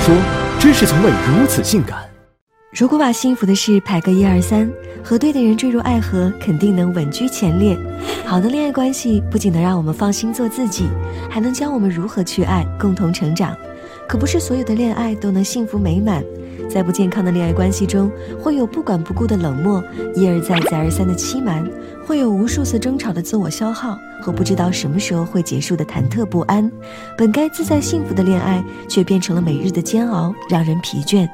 说，知识从未如此性感。 如果把幸福的事排个1、2、3，和对的人坠入爱河，肯定能稳居前列。好的恋爱关系不仅能让我们放心做自己，还能教我们如何去爱，共同成长。可不是所有的恋爱都能幸福美满，在不健康的恋爱关系中，会有不管不顾的冷漠，一而再再而三的欺瞒，会有无数次争吵的自我消耗，和不知道什么时候会结束的忐忑不安。本该自在幸福的恋爱，却变成了每日的煎熬，让人疲倦。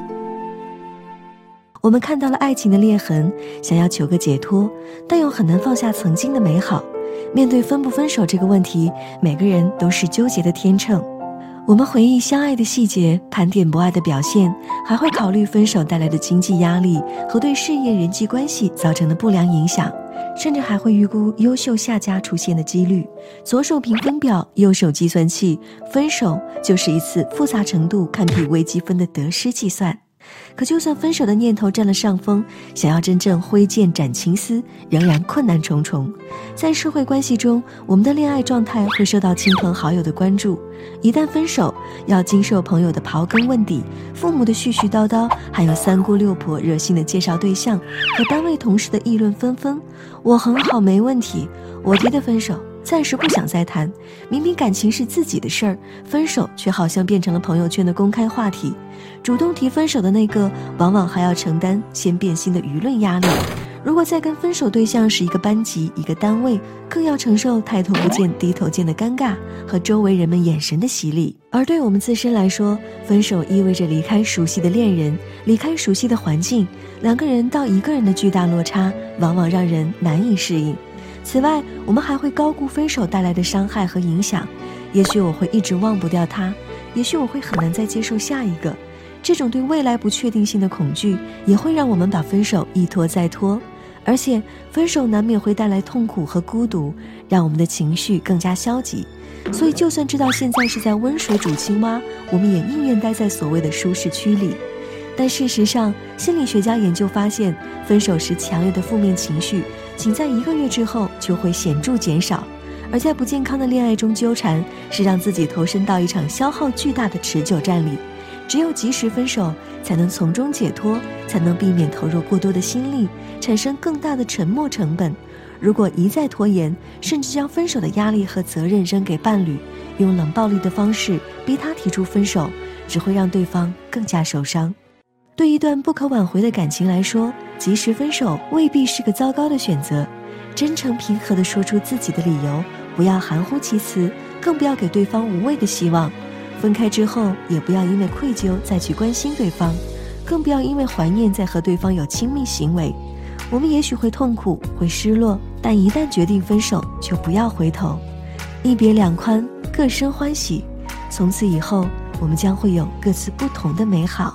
我们看到了爱情的裂痕，想要求个解脱，但又很难放下曾经的美好。面对分不分手这个问题，每个人都是纠结的天秤。我们回忆相爱的细节，盘点不爱的表现，还会考虑分手带来的经济压力和对事业人际关系造成的不良影响，甚至还会预估优秀下家出现的几率。左手评分表，右手计算器，分手就是一次复杂程度堪比微积分的得失计算。可就算分手的念头占了上风，想要真正挥剑斩情丝，仍然困难重重。在社会关系中，我们的恋爱状态会受到亲朋好友的关注，一旦分手，要经受朋友的刨根问底，父母的絮絮叨叨，还有三姑六婆热心的介绍对象，和单位同事的议论纷纷。我很好，没问题，我提的分手，暂时不想再谈。明明感情是自己的事儿，分手却好像变成了朋友圈的公开话题。主动提分手的那个，往往还要承担先变心的舆论压力。如果再跟分手对象是一个班级、一个单位，更要承受抬头不见低头见的尴尬和周围人们眼神的洗礼。而对我们自身来说，分手意味着离开熟悉的恋人，离开熟悉的环境，两个人到一个人的巨大落差，往往让人难以适应。此外，我们还会高估分手带来的伤害和影响。也许我会一直忘不掉他，也许我会很难再接受下一个。这种对未来不确定性的恐惧，也会让我们把分手一拖再拖。而且分手难免会带来痛苦和孤独，让我们的情绪更加消极。所以就算知道现在是在温水煮青蛙，我们也宁愿待在所谓的舒适区里。但事实上，心理学家研究发现，分手时强烈的负面情绪仅在1个月之后就会显著减少。而在不健康的恋爱中纠缠，是让自己投身到一场消耗巨大的持久战里。只有及时分手，才能从中解脱，才能避免投入过多的心力，产生更大的沉没成本。如果一再拖延，甚至将分手的压力和责任扔给伴侣，用冷暴力的方式逼他提出分手，只会让对方更加受伤。对一段不可挽回的感情来说，及时分手未必是个糟糕的选择。真诚平和地说出自己的理由，不要含糊其辞，更不要给对方无谓的希望。分开之后，也不要因为愧疚再去关心对方，更不要因为怀念再和对方有亲密行为。我们也许会痛苦，会失落，但一旦决定分手，就不要回头。一别两宽，各生欢喜。从此以后，我们将会有各自不同的美好。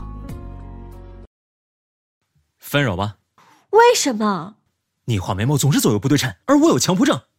分手吧。 为什么？ 你画眉毛总是左右不对称，而我有强迫症。